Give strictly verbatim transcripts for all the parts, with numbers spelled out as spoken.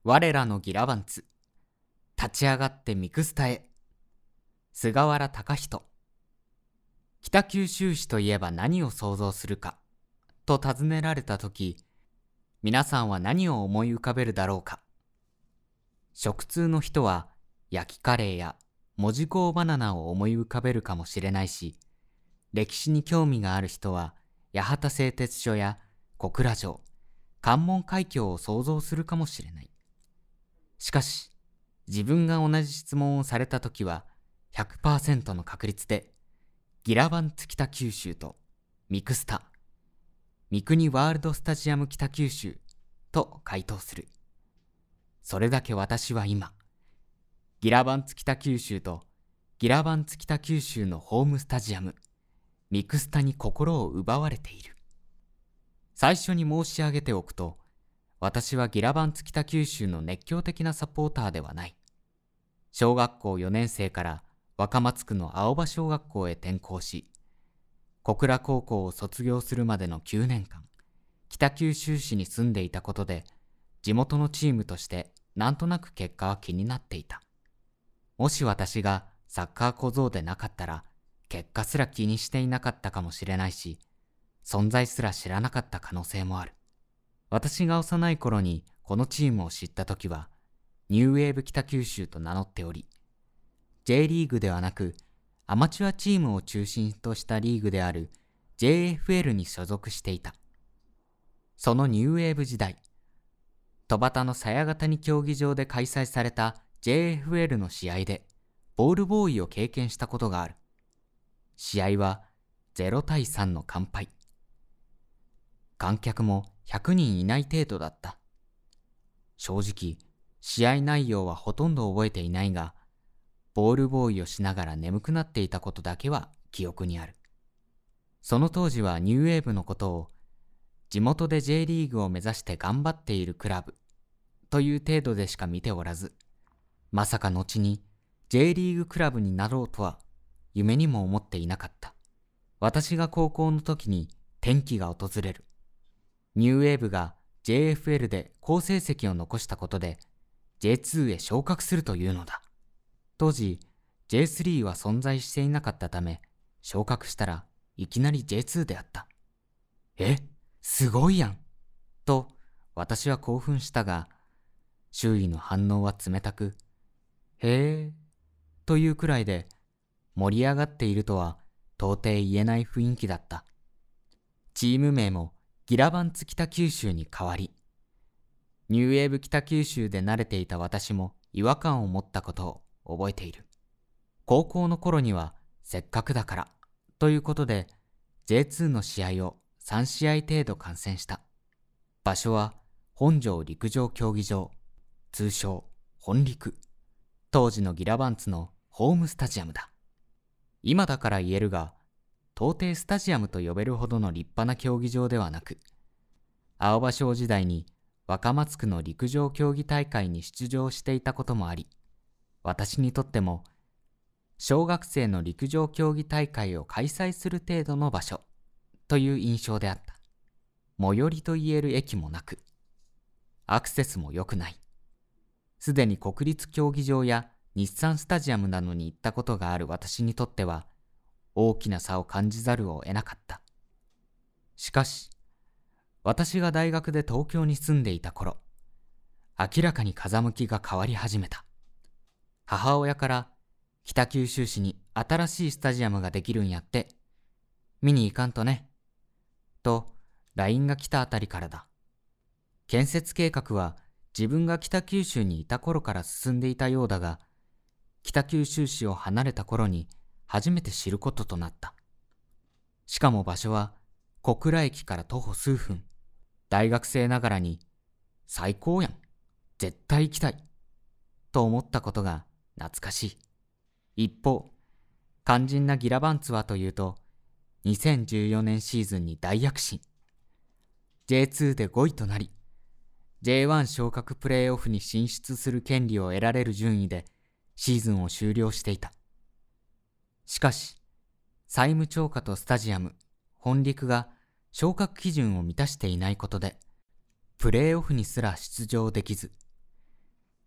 我らのギラバンツ、立ち上がってミクスタへ。菅原隆人。北九州市といえば何を想像するか、と尋ねられたとき、皆さんは何を思い浮かべるだろうか。食通の人は焼きカレーや門司港バナナを思い浮かべるかもしれないし、歴史に興味がある人は八幡製鉄所や小倉城、関門海峡を想像するかもしれない。しかし、自分が同じ質問をされたときは ひゃくパーセント の確率でギラバンツ北九州とミクスタ、三国ワールドスタジアム北九州と回答する。それだけ私は今、ギラバンツ北九州とギラバンツ北九州のホームスタジアム、ミクスタに心を奪われている。最初に申し上げておくと、私はギラバンツ北九州の熱狂的なサポーターではない。小学校よねん生から若松区の青葉小学校へ転校し、小倉高校を卒業するまでのきゅうねんかん、北九州市に住んでいたことで、地元のチームとしてなんとなく結果は気になっていた。もし私がサッカー小僧でなかったら、結果すら気にしていなかったかもしれないし、存在すら知らなかった可能性もある。私が幼い頃にこのチームを知ったときは、ニューウェーブ北九州と名乗っており、J リーグではなく、アマチュアチームを中心としたリーグである ジェイエフエル に所属していた。そのニューウェーブ時代、戸端の鞘ヶ谷競技場で開催された ジェイエフエル の試合で、ボールボーイを経験したことがある。試合はゼロたいさんの完敗。観客もひゃくにんいない程度だった。正直、試合内容はほとんど覚えていないが、ボールボーイをしながら眠くなっていたことだけは記憶にある。その当時はニューウェーブのことを、地元で J リーグを目指して頑張っているクラブという程度でしか見ておらず、まさか後に J リーグクラブになろうとは夢にも思っていなかった。私が高校の時に転機が訪れる。ニューウェーブが ジェイエフエル で好成績を残したことで ジェイツー へ昇格するというのだ。当時 ジェイスリー は存在していなかったため、昇格したらいきなり ジェイツー であった。え、すごいやんと私は興奮したが、周囲の反応は冷たく、へーというくらいで、盛り上がっているとは到底言えない雰囲気だった。チーム名もギラバンツ北九州に変わり、ニューウェーブ北九州で慣れていた私も違和感を持ったことを覚えている。高校の頃にはせっかくだからということで ジェイツー の試合をさんしあい程度観戦した。場所は本庄陸上競技場、通称本陸。当時のギラバンツのホームスタジアムだ。今だから言えるが、到底スタジアムと呼べるほどの立派な競技場ではなく、青葉省時代に若松区の陸上競技大会に出場していたこともあり、私にとっても小学生の陸上競技大会を開催する程度の場所という印象であった。最寄りと言える駅もなく、アクセスも良くない。すでに国立競技場や日産スタジアムなどに行ったことがある私にとっては、大きな差を感じざるを得なかった。しかし、私が大学で東京に住んでいた頃、明らかに風向きが変わり始めた。母親から北九州市に新しいスタジアムができるんやって、見に行かんとね、と ライン が来たあたりからだ。建設計画は自分が北九州にいた頃から進んでいたようだが、北九州市を離れた頃に初めて知ることとなった。しかも場所は小倉駅から徒歩数分。大学生ながらに最高やん、絶対行きたいと思ったことが懐かしい。一方、肝心なギラバンツはというと、にせんじゅうよねんシーズンに大躍進。ジェイツー でごいとなり、ジェイワン 昇格プレーオフに進出する権利を得られる順位でシーズンを終了していた。しかし、債務超過とスタジアム、本陸が昇格基準を満たしていないことで、プレーオフにすら出場できず、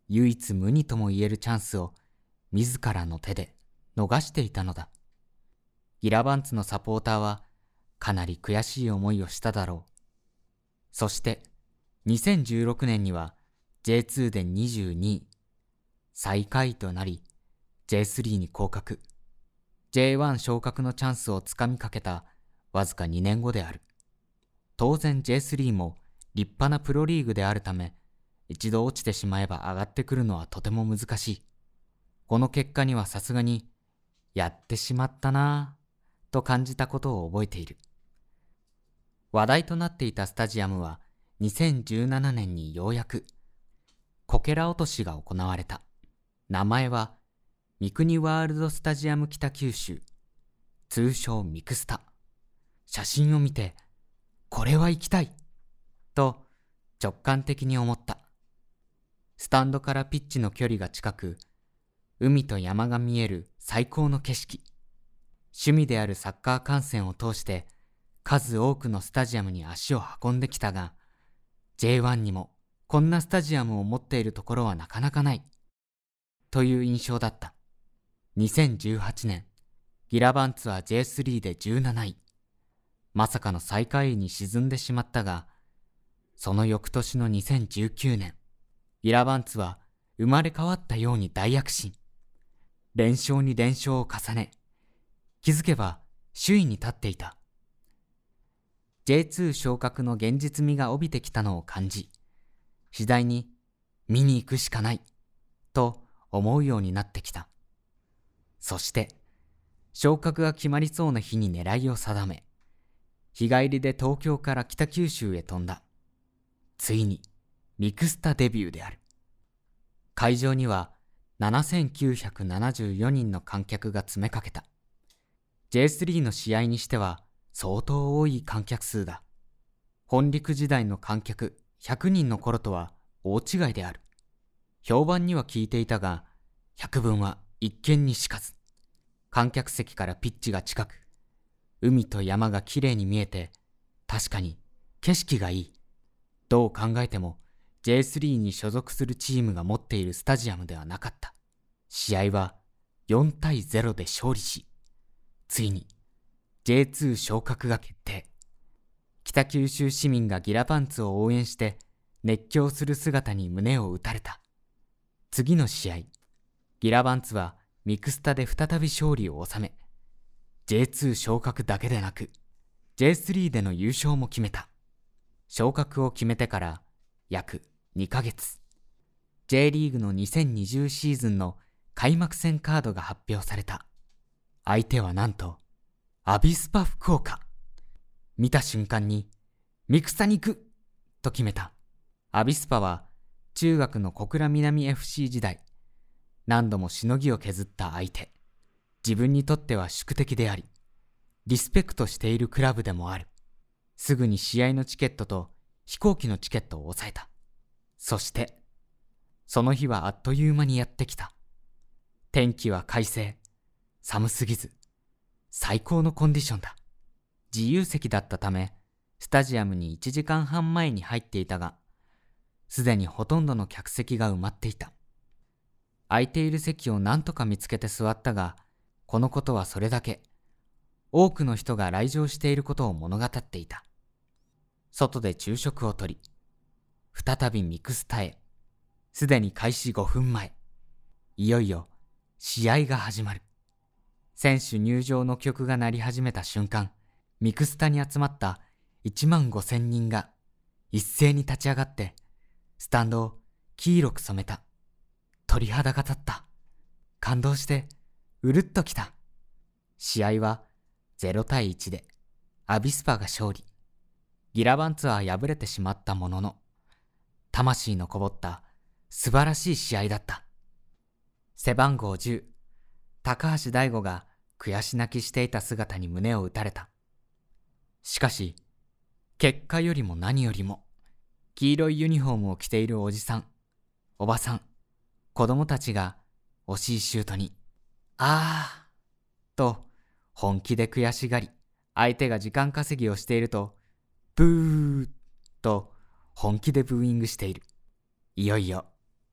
唯一無二とも言えるチャンスを自らの手で逃していたのだ。ギラバンツのサポーターはかなり悔しい思いをしただろう。そしてにせんじゅうろくねんには ジェイツー でにじゅうにい、最下位となり ジェイスリー に降格。ジェイワン 昇格のチャンスをつかみかけたわずかにねんごである。当然 ジェイスリー も立派なプロリーグであるため、一度落ちてしまえば上がってくるのはとても難しい。この結果にはさすがにやってしまったなぁと感じたことを覚えている。話題となっていたスタジアムはにせんじゅうななねんにようやくこけら落としが行われた。名前は三国ワールドスタジアム北九州、通称ミクスタ。写真を見てこれは行きたいと直感的に思った。スタンドからピッチの距離が近く、海と山が見える最高の景色。趣味であるサッカー観戦を通して数多くのスタジアムに足を運んできたが、 ジェイワン にもこんなスタジアムを持っているところはなかなかないという印象だった。にせんじゅうはちねん、ギラバンツは ジェイスリー でじゅうなない。まさかの最下位に沈んでしまったが、その翌年のにせんじゅうきゅうねん、ギラバンツは生まれ変わったように大躍進。連勝に連勝を重ね、気づけば首位に立っていた。 ジェイツー 昇格の現実味が帯びてきたのを感じ、次第に見に行くしかないと思うようになってきた。そして昇格が決まりそうな日に狙いを定め、日帰りで東京から北九州へ飛んだ。ついにミクスタデビューである。会場にはななせんきゅうひゃくななじゅうよにんの観客が詰めかけた。 ジェイスリー の試合にしては相当多い観客数だ。本陸時代の観客ひゃくにんの頃とは大違いである。評判には聞いていたが、百聞は一見にしかず。観客席からピッチが近く、海と山がきれいに見えて、確かに景色がいい。どう考えても ジェイスリー に所属するチームが持っているスタジアムではなかった。試合はよんたいゼロで勝利し、ついに ジェイツー 昇格が決定。北九州市民がギラバンツを応援して熱狂する姿に胸を打たれた。次の試合、ギラバンツはミクスタで再び勝利を収め、ジェイツー 昇格だけでなく ジェイスリー での優勝も決めた。昇格を決めてから約にかげつ、J リーグのにせんにじゅうシーズンの開幕戦カードが発表された。相手はなんとアビスパ福岡。見た瞬間にミクスタに行くと決めた。アビスパは中学の小倉南 エフシー 時代、何度もしのぎを削った相手。自分にとっては宿敵であり、リスペクトしているクラブでもある。すぐに試合のチケットと飛行機のチケットを抑えた。そして、その日はあっという間にやってきた。天気は快晴、寒すぎず、最高のコンディションだ。自由席だったため、スタジアムにいちじかんはんまえに入っていたが、すでにほとんどの客席が埋まっていた。空いている席を何とか見つけて座ったが、このことはそれだけ多くの人が来場していることを物語っていた。外で昼食をとり、再びミクスタへ。すでに開始ごふんまえ、いよいよ試合が始まる。選手入場の曲が鳴り始めた瞬間、ミクスタに集まったいちまんごせんにんが一斉に立ち上がってスタンドを黄色く染めた。鳥肌が立った。感動してうるっときた。試合はゼロたいいちでアビスパが勝利。ギラバンツは敗れてしまったものの、魂のこぼった素晴らしい試合だった。背番号じゅう、高橋大吾が悔し泣きしていた姿に胸を打たれた。しかし、結果よりも何よりも、黄色いユニフォームを着ているおじさん、おばさん、子供たちが惜しいシュートに、あーと本気で悔しがり、相手が時間稼ぎをしていると、ブーと本気でブーイングしている。いよいよ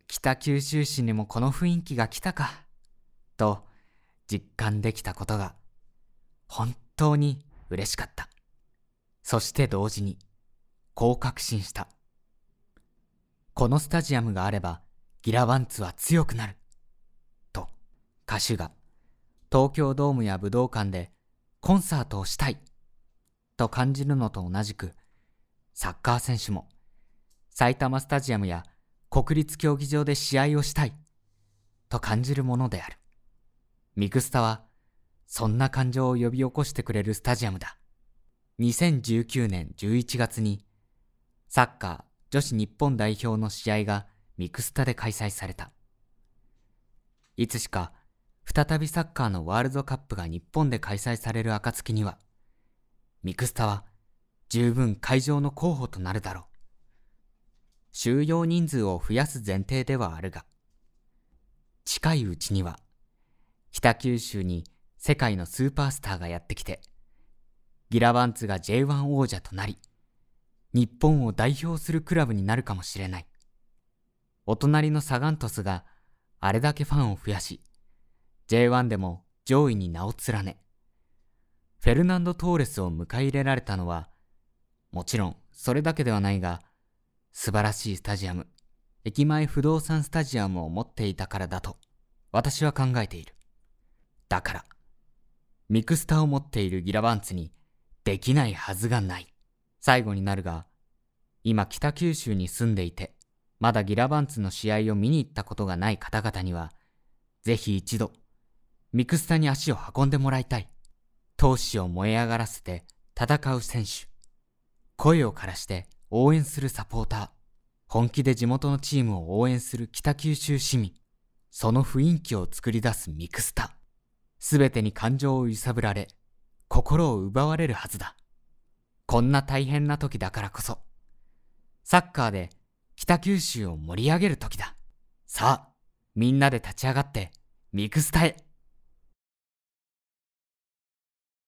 北九州市にもこの雰囲気が来たか、と実感できたことが本当に嬉しかった。そして同時にこう確信した。このスタジアムがあればギラバンツは強くなる。と歌手が東京ドームや武道館でコンサートをしたいと感じるのと同じく、サッカー選手も埼玉スタジアムや国立競技場で試合をしたいと感じるものである。ミクスタはそんな感情を呼び起こしてくれるスタジアムだ。にせんじゅうきゅうねんじゅういちがつにサッカー女子日本代表の試合がミクスタで開催された。いつしか再びサッカーのワールドカップが日本で開催される暁には、ミクスタは十分会場の候補となるだろう。収容人数を増やす前提ではあるが、近いうちには北九州に世界のスーパースターがやってきて、ギラバンツが ジェイワン 王者となり、日本を代表するクラブになるかもしれない。お隣のサガン鳥栖があれだけファンを増やし、ジェイワン でも上位に名を連ね、フェルナンド・トーレスを迎え入れられたのは、もちろんそれだけではないが、素晴らしいスタジアム、駅前不動産スタジアムを持っていたからだと私は考えている。だから、ミクスタを持っているギラバンツにできないはずがない。最後になるが、今北九州に住んでいて、まだギラバンツの試合を見に行ったことがない方々には、ぜひ一度、ミクスタに足を運んでもらいたい。闘志を燃え上がらせて戦う選手、声を枯らして応援するサポーター、本気で地元のチームを応援する北九州市民、その雰囲気を作り出すミクスタ、すべてに感情を揺さぶられ、心を奪われるはずだ。こんな大変な時だからこそ、サッカーで北九州を盛り上げる時だ。さあ、みんなで立ち上がってミクスタへ。